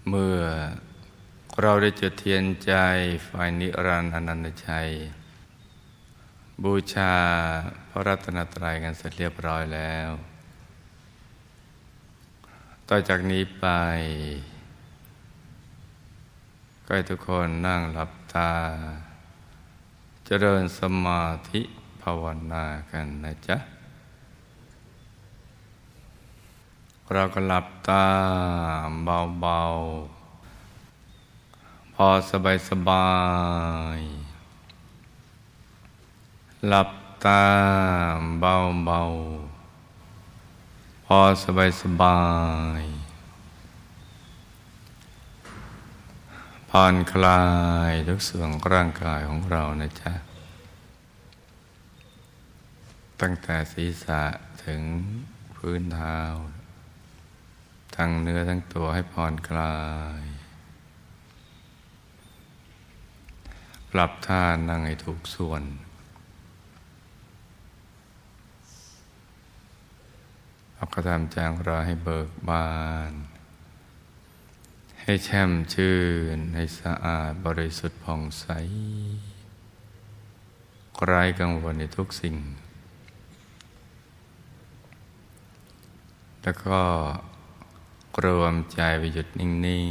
เมื่อเราได้จุดเทียนใจไฟนิรันดร์อนันตชัยบูชาพระรัตนตรัยกันเสร็จเรียบร้อยแล้วต่อจากนี้ไปก็ให้ทุกคนนั่งหลับตาเจริญสมาธิภาวนากันนะจ๊ะเราก็หลับตาเบาๆพอสบายหลับตาเบาๆพอสบายผ่อนคลายทุกส่วนของร่างกายของเรานะจ๊ะตั้งแต่ศีรษะถึงพื้นเท้าทั้งเนื้อทั้งตัวให้ผ่อนคลายปรับท่านั่งให้ถูกส่วนเอากระทำใจของเราให้เบิกบานให้แช่มชื่นให้สะอาดบริสุทธิ์ผ่องใสไร้กังวลในทุกสิ่งแล้วก็รวมใจไปหยุดนิ่ง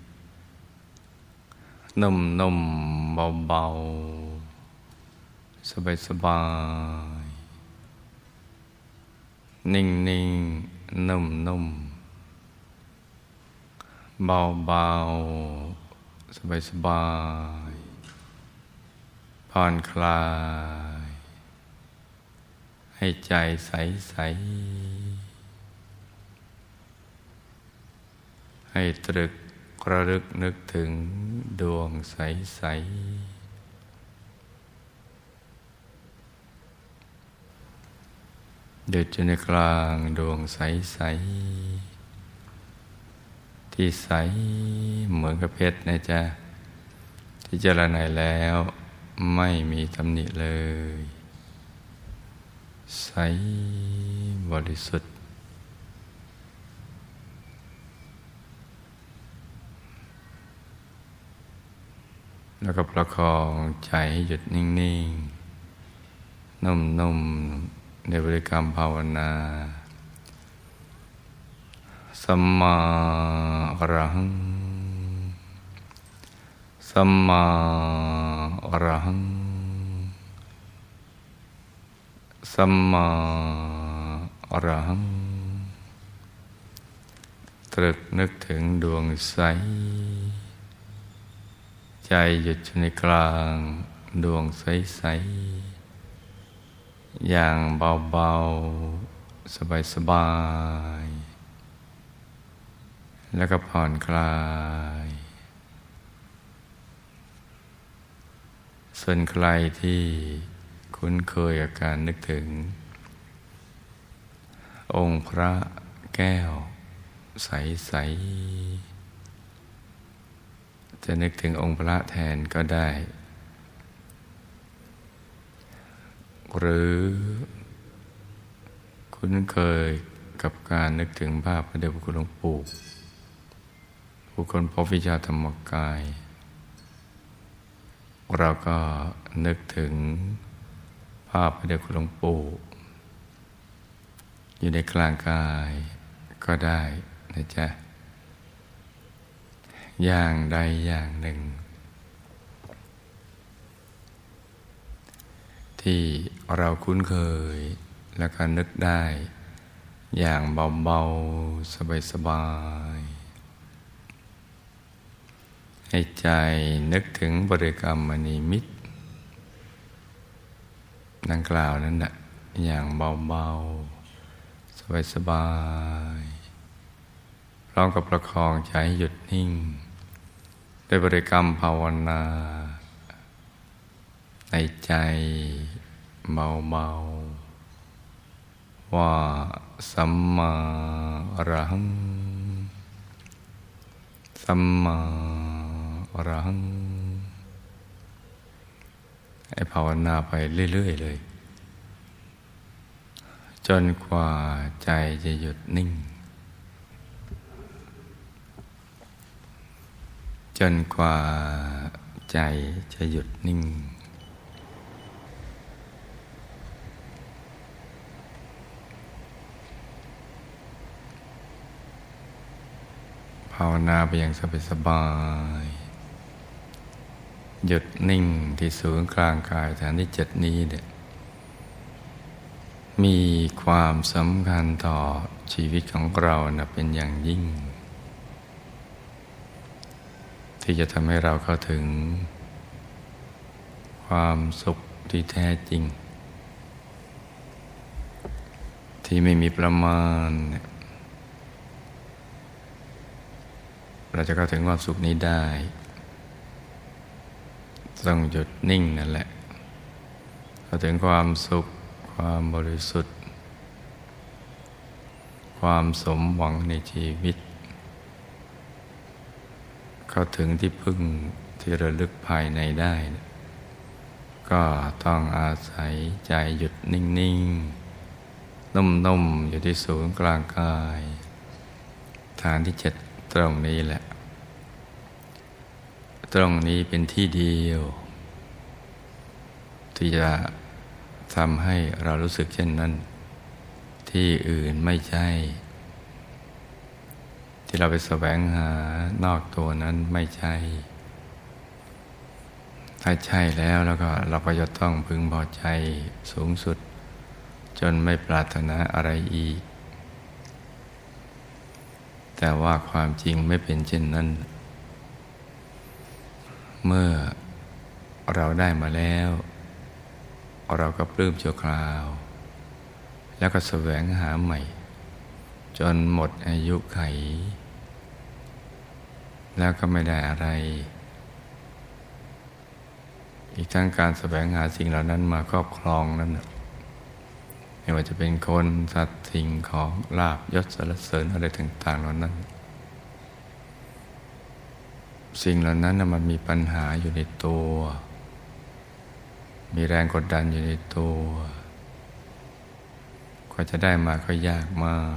ๆนุ่มๆเบาๆสบายๆนิ่งๆนุ่มๆเบาๆสบายๆผ่อนคลายให้ใจใสๆให้ตรึกระลึกนึกถึงดวงใสๆหยุดอยู่ในกลางดวงใสๆที่ใสเหมือนกับเพชรนะจ๊ะที่เจริญแล้วไม่มีตำหนิเลยใสบริสุทธิ์แล้วก็ประคองใจให้หยุดนิ่งๆนุ่มๆในบริกรรมภาวนาสัมมาอรหังสัมมาอรหังสัมมาอรหังตรึกนึกถึงดวงใสใจหยุดอยู่ในกลางดวงใสๆอย่างเบาๆสบายๆแล้วก็ผ่อนคลายส่วนใครที่คุ้นเคยกับการนึกถึงองค์พระแก้วใสๆจะนึกถึงองค์พระแทนก็ได้หรือคุ้นเคยกับการนึกถึงภาพพระเดชพระคุณหลวงปู่ผู้คนพบวิชาธรรมกายเราก็นึกถึงภาพพระเดชพระคุณหลวงปู่อยู่ในกลางกายก็ได้นะจ๊ะอย่างใดอย่างหนึ่งที่เราคุ้นเคยแล้วก็นึกได้อย่างเบาๆสบายๆให้ใจนึกถึงบริกรรมมณีมิตรดังกล่าวนั้นน่ะอย่างเบาๆสบายๆพร้อมกับประคองใจให้หยุดนิ่งด้วยบริกรรมภาวนาในใจเบาๆว่าสัมมาอรหังสัมมาอรหังให้ภาวนาไปเรื่อยๆเลยจนกว่าใจจะหยุดนิ่งจนกว่าใจจะหยุดนิ่งภาวนาไปอย่างสบายๆหยุดนิ่งที่ศูนย์กลางกายฐานที่7นี้เนี่ยมีความสำคัญต่อชีวิตของเรานะเป็นอย่างยิ่งที่จะทำให้เราเข้าถึงความสุขที่แท้จริงที่ไม่มีประมาณเราจะเข้าถึงความสุขนี้ได้ต้องหยุดนิ่งนั่นแหละเข้าถึงความสุขความบริสุทธิ์ความสมหวังในชีวิตเข้าถึงที่พึ่งที่ระลึกภายในได้ก็ต้องอาศัยใจหยุดนิ่งๆนุ่มๆอยู่ที่ศูนย์กลางกายฐานที่7ตรงนี้แหละตรงนี้เป็นที่เดียวที่จะทำให้เรารู้สึกเช่นนั้นที่อื่นไม่ใช่ที่เราไปแสวงหานอกตัวนั้นไม่ใช่ถ้าใช่แล้วก็เราก็จะต้องพึงพอใจสูงสุดจนไม่ปรารถนาอะไรอีกแต่ว่าความจริงไม่เป็นเช่นนั้นเมื่อเราได้มาแล้วเราก็ปลื้มชั่วคราวแล้วก็แสวงหาใหม่จนหมดอายุไขแล้วก็ไม่ได้อะไรอีกทั้งการแสวงหาสิ่งเหล่านั้นมาครอบครองนั้นไม่ว่าจะเป็นคนสัตว์สิ่งของลาภยศสรรเสริญอะไรต่างๆเหล่านั้นสิ่งเหล่านั้นมันมีปัญหาอยู่ในตัวมีแรงกดดันอยู่ในตัวกว่าจะได้มาก็ยากมาก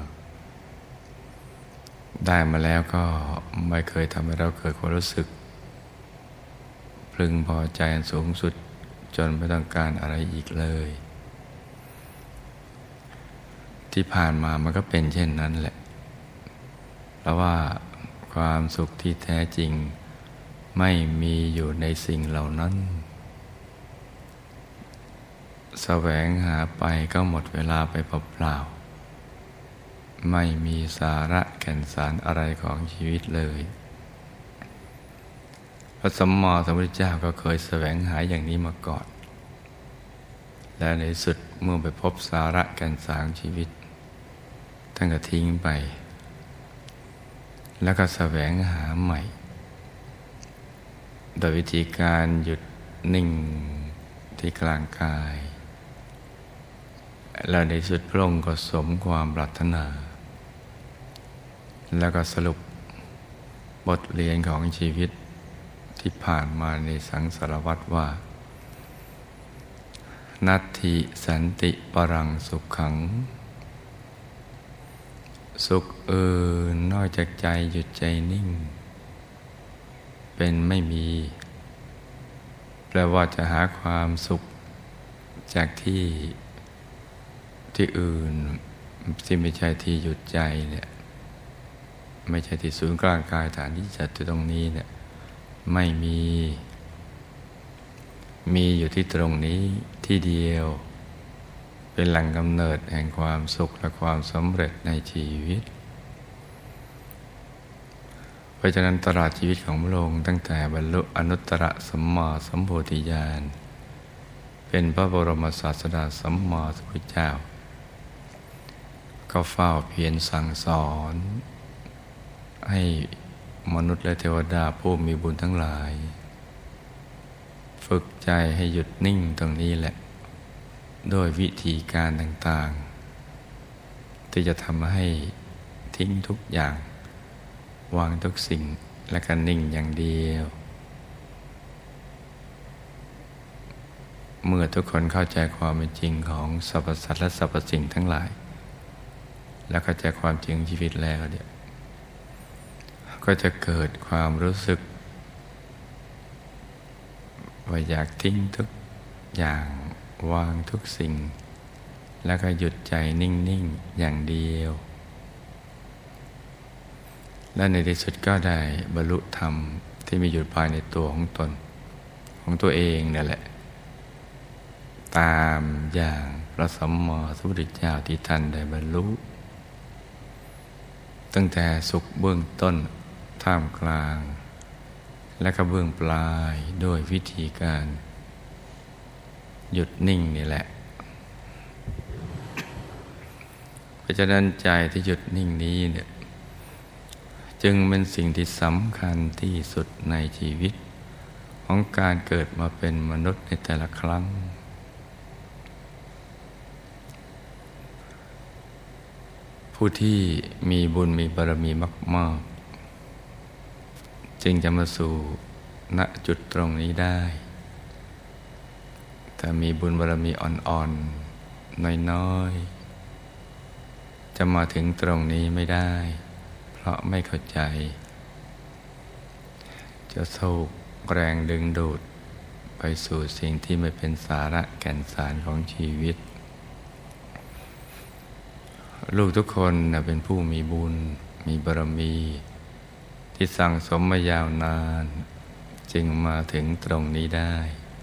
ได้มาแล้วก็ไม่เคยทำให้เราเกิดความรู้สึกพึงพอใจอันสูงสุดจนไม่ต้องการอะไรอีกเลยที่ผ่านมามันก็เป็นเช่นนั้นแหละเพราะว่าความสุขที่แท้จริงไม่มีอยู่ในสิ่งเหล่านั้นแสวงหาไปก็หมดเวลาไปเปล่าๆไม่มีสาระแก่นสารอะไรของชีวิตเลยพระสัมมาสัมพุทธเจ้าก็เคยแสวงหาอย่างนี้มาก่อนและในสุดเมื่อไปพบสาระแก่นสารชีวิตท่านก็ทิ้งไปแล้วก็แสวงหาใหม่โดยวิธีการหยุดนิ่งที่กลางกายแล้วในสุดพระองค์ก็สมความปรารถนาแล้วก็สรุปบทเรียนของชีวิตที่ผ่านมาในสังสารวัฏว่านัตถิสันติปรังสุขขังสุขอื่นนอกจากใจหยุดใจนิ่งเป็นไม่มีแปลว่าจะหาความสุขจากที่อื่นที่ไม่ใช่ที่หยุดใจเนี่ยไม่ใช่ที่ศูนย์กลางกายฐานที่จัดอยู่ตรงนี้เนี่ยไม่มีอยู่ที่ตรงนี้ที่เดียวเป็นแหล่งกำเนิดแห่งความสุขและความสำเร็จในชีวิตเพราะฉะนั้นตลอดชีวิตของพระองค์ตั้งแต่บรรลุอนุตตรสัมมาสัมโพธิญาณเป็นพระบรมศาสดาสัมมาสัมพุทธเจ้าก็เฝ้าเพียรสั่งสอนให้มนุษย์และเทวดาผู้มีบุญทั้งหลายฝึกใจให้หยุดนิ่งตรงนี้แหละด้วยวิธีการต่างๆที่จะทำให้ทิ้งทุกอย่างวางทุกสิ่งและก็นิ่งอย่างเดียวเมื่อทุกคนเข้าใจความเป็นจริงของสรรพสัตว์และสรรพสิ่งทั้งหลายและเข้าใจความจริงชีวิตแล้วเนี่ยก็จะเกิดความรู้สึกว่าอยากทิ้งทุกอย่างวางทุกสิ่งแล้วก็หยุดใจนิ่งๆอย่างเดียวและในที่สุดก็ได้บรรลุธรรมที่มีอยู่ภายในตัวของตนของตัวเองนั่นแหละตามอย่างพระสัมมาสัมพุทธเจ้าที่ท่านได้บรรลุตั้งแต่สุขเบื้องต้นท่ามกลางและก็เบื้องปลายด้วยวิธีการหยุดนิ่งนี่แหละเพราะฉะนั้นใจที่หยุดนิ่งนี้เนี่ยจึงเป็นสิ่งที่สำคัญที่สุดในชีวิตของการเกิดมาเป็นมนุษย์ในแต่ละครั้งผู้ที่มีบุญมีบารมีมากๆจึงจะมาสู่ณจุดตรงนี้ได้แต่มีบุญบารมีอ่อนๆน้อยๆจะมาถึงตรงนี้ไม่ได้เพราะไม่เข้าใจจะถูกแรงดึงดูดไปสู่สิ่งที่ไม่เป็นสาระแก่นสารของชีวิตลูกทุกคนเป็นผู้มีบุญมีบารมีที่สั่งสมมายาวนานจึงมาถึงตรงนี้ได้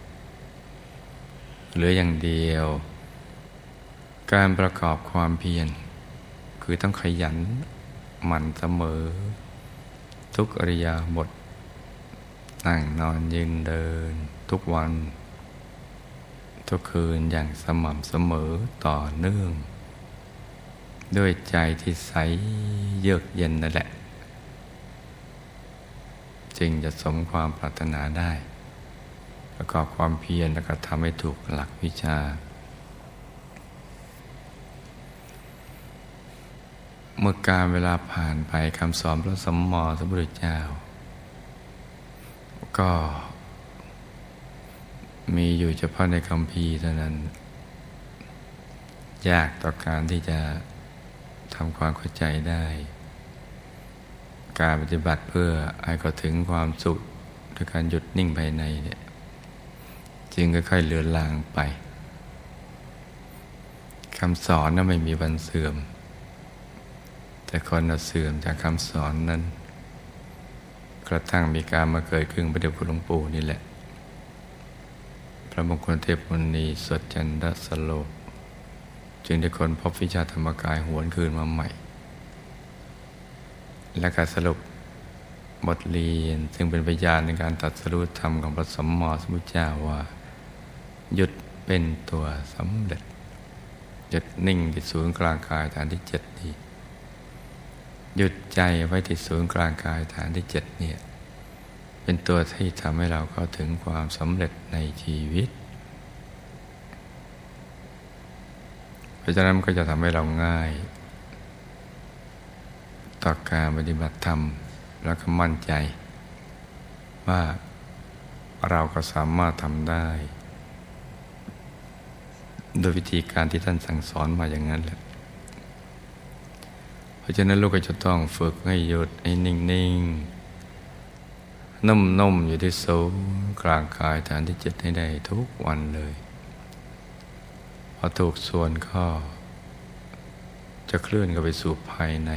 เหลืออย่างเดียวการประกอบความเพียรคือต้องขยันหมั่นเสมอทุกอิริยาบถนั่งนอนยืนเดินทุกวันทุกคืนอย่างสม่ำเสมอต่อเนื่องด้วยใจที่ใสเยือกเย็นนั่นแหละจึงจะสมความปรารถนาได้ประกอบความเพียรแล้วก็ทำให้ถูกหลักวิชาเมื่อการเวลาผ่านไปคำสอนพระสัมมาสัมพุทธเจ้าก็มีอยู่เฉพาะในคัมภีร์เท่านั้นยากต่อการที่จะทำความเข้าใจได้การปฏิบัติเพื่อให้เข้าถึงความสุขด้วยการหยุดนิ่งภายในเนี่ยจึงค่อยๆเลือนลางไปคำสอนนั้นไม่มีวันเสื่อมแต่คนเสื่อมจากคำสอนนั้นกระทั่งมีการมาเกิดขึ้นพระเดชคุณหลวงปู่นี่แหละพระมงคลเทพมุนีสดจันทสโลจึงได้ค้นพบวิชาธรรมกายหวนคืนมาใหม่และการสรุปบทเรียนซึ่งเป็นพยานในการตรัสรู้ธรรมของพระสัมมาสัมพุทธเจ้าว่าหยุดเป็นตัวสำเร็จหยุดนิ่งที่ศูนย์กลางกายฐานที่7นี้หยุดใจไว้ที่ศูนย์กลางกายฐานที่7เนี่ยเป็นตัวที่ทำให้เราเข้าถึงความสำเร็จในชีวิตเพราะฉะนั้นก็จะทำให้เราง่ายต่อการปฏิบัติธรรมแล้วก็มั่นใจว่าเราก็สามารถทำได้โดยวิธีการที่ท่านสั่งสอนมาอย่างนั้นแหละเพราะฉะนั้นลูกก็จะต้องฝึกให้หยุดให้นิ่งๆนุ่มๆอยู่ที่ศูนย์กลางกายฐานที่7ให้ได้ทุกวันเลยพอถูกส่วนก็จะเคลื่อนเข้าไปสู่ภายใน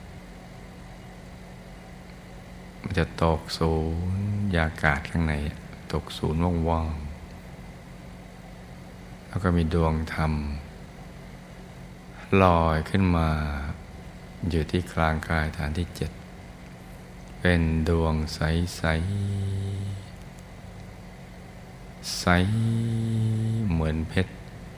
มันจะตกศูนย์อากาศข้างในตกศูนย์ว่างๆแล้วก็มีดวงธรรมลอยขึ้นมาอยู่ที่กลางกายฐานที่7เป็นดวงใสๆใสเหมือนเพชร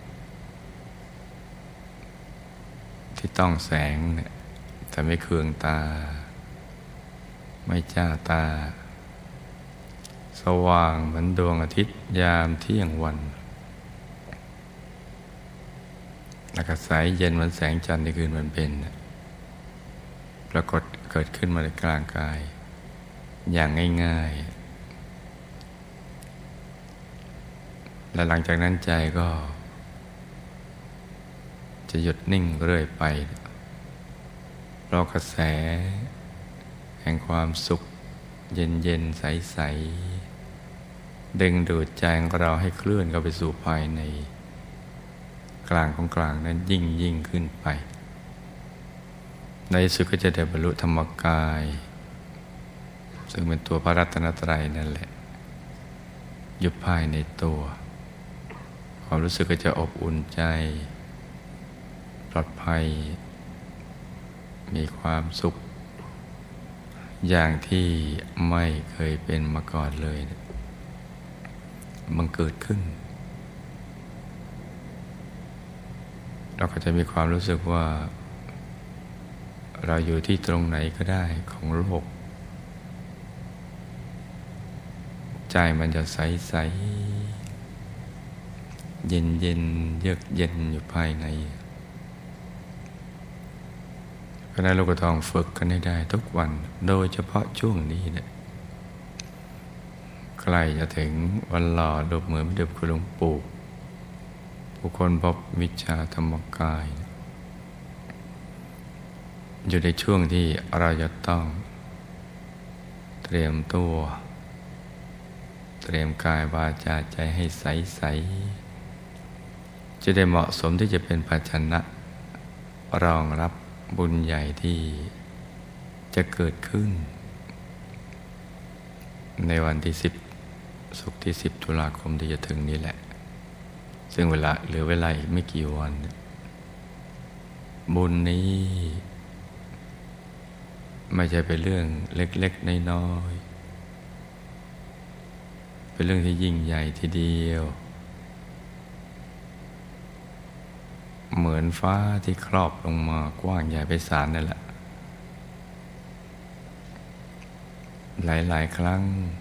ที่ต้องแสงเนี่ยแต่ไม่เคืองตาไม่จ้าตาสว่างเหมือนดวงอาทิตย์ยามเที่ยงวันแล้วก็ใสเย็นเหมือนแสงจันทร์ในคืนวันเพ็ญปรากฏเกิดขึ้นมาในกลางกายอย่างง่ายๆและหลังจากนั้นใจก็จะหยุดนิ่งเรื่อยไปเพราะกระแสแห่งความสุขเย็นๆใสดึงดูดใจของเราให้เคลื่อนเข้าไปสู่ภายในกลางของกลางนั้นยิ่งขึ้นไปในที่สุดก็จะได้บรรลุธรรมกายซึ่งเป็นตัวพระรัตนตรัยนั่นแหละอยู่ภายในตัวความรู้สึกก็จะอบอุ่นใจปลอดภัยมีความสุขอย่างที่ไม่เคยเป็นมาก่อนเลยมันเกิดขึ้นเราก็จะมีความรู้สึกว่าเราอยู่ที่ตรงไหนก็ได้ของโลกใจมันจะใสๆเย็นเยือกเย็นอยู่ภายในเพราะนั้นเราก็ต้องฝึกกันให้ได้ทุกวันโดยเฉพาะช่วงนี้เนี่ยใกล้จะถึงวันหล่อรูปเหมือนพระเดชคุณหลวงปู่ผู้คนพบวิชาธรรมกายอยู่ในช่วงที่เราจะต้องเตรียมตัวเตรียมกายวาจาใจให้ใสๆจะได้เหมาะสมที่จะเป็นภาชนะรองรับบุญใหญ่ที่จะเกิดขึ้นในวันที่10ศุกร์ที่10ตุลาคมที่จะถึงนี้แหละซึ่งเหลือเวลาอีกไม่กี่วันบุญนี้ไม่ใช่เป็นเรื่องเล็กๆน้อยๆเป็นเรื่องที่ยิ่งใหญ่ทีเดียวเหมือนฟ้าที่ครอบลงมากว้างใหญ่ไพศาลนั่นแหละหลายๆครั้ง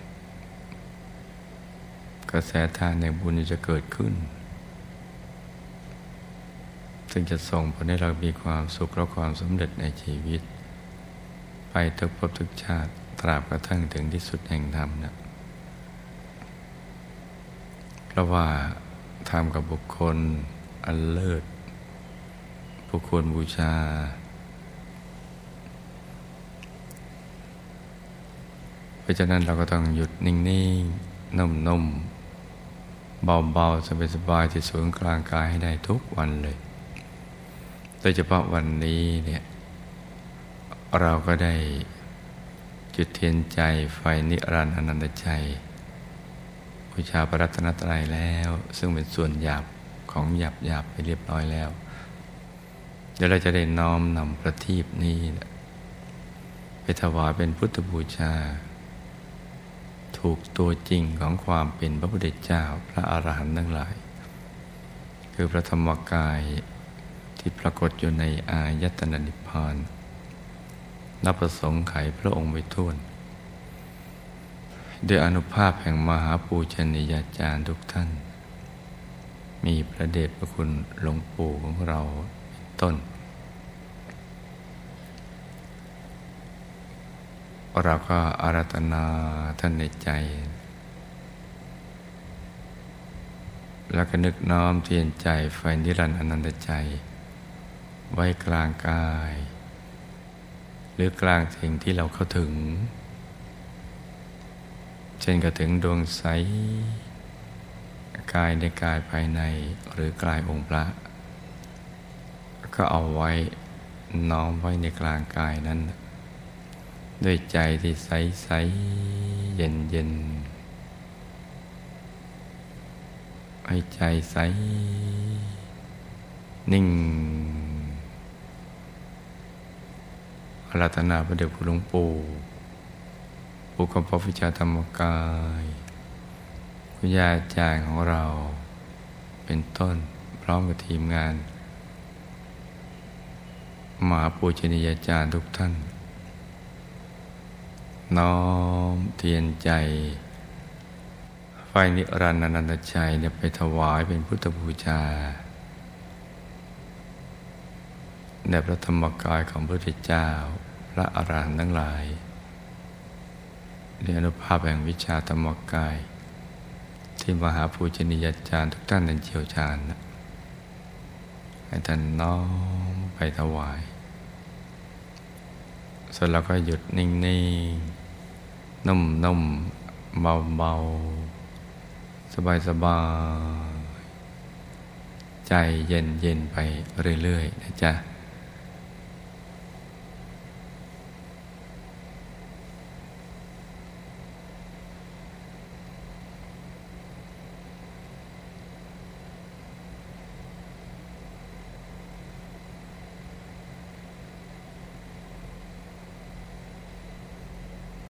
กระแสทานในบุญจะเกิดขึ้นซึ่งจะส่งผลให้เรามีความสุขและความสำเร็จในชีวิตไปทุกภพทุกชาติตราบกระทั่งถึงที่สุดแห่งธรรมนะเพราะว่าธรรมกับบุคคลอันเลิศผู้ควรบูชาเพราะฉะนั้นเราก็ต้องหยุดนิ่งๆนุ่มๆเบาๆสบายๆที่ศูนย์กลางกายให้ได้ทุกวันเลยโดยเฉพาะวันนี้เนี่ยเราก็ได้จุดเทียนใจไฟนิรันดร์อนันตชัยบูชาพระรัตนตรัยแล้วซึ่งเป็นส่วนหยาบของหยาบไปเรียบร้อยแล้วเดี๋ยวเราจะได้น้อมนำประทีปนี้ไปถวายเป็นพุทธบูชาถูกตัวจริงของความเป็นพระพุทธเจ้าพระอรหันต์ทั้งหลายคือพระธรรมกายที่ปรากฏอยู่ในอายตนะนิพพานนับประสงค์ไขพระองค์ไว้ถ้วนด้วยอานุภาพแห่งมหาปูชนียาจารย์ทุกท่านมีพระเดชพระคุณหลวงปู่ของเราเป็นต้นเราก็อาราธนาท่านในใจแล้วก็นึกน้อมเทียนใจไฟนิรันดร์อนันตชัยไว้กลางกายหรือกลางสิ่งที่เราเข้าถึงเช่นก็ถึงดวงใสกายในกายภายในหรือกายองค์พระก็เอาไว้น้อมไว้ในกลางกายนั้นด้วยใจที่ใสๆเย็นๆให้ใจใสนิ่งอาราธนาพระเดชคุณหลวงปู่ผู้กำกับวิชาธรรมกายคุณยายอาจารย์ของเราเป็นต้นพร้อมกับทีมงานมหาปูชนียาจารย์ทุกท่านน้อมเทียนใจไฟนิรันดร์อนันตชัยไปถวายเป็นพุทธบูชาในพระธรรมกายของพระพุทธเจ้าพระอรหันต์ทั้งหลายในอนุภาพแห่งวิชาธรรมกายที่มหาปูชนียาจารย์ทุกท่านนั้นเชี่ยวชาญให้ท่านน้อมไปถวายส่วนเราก็หยุดนิ่งๆนุ่มๆเบาๆสบายๆใจเย็นๆไปเรื่อยๆนะจ๊ะ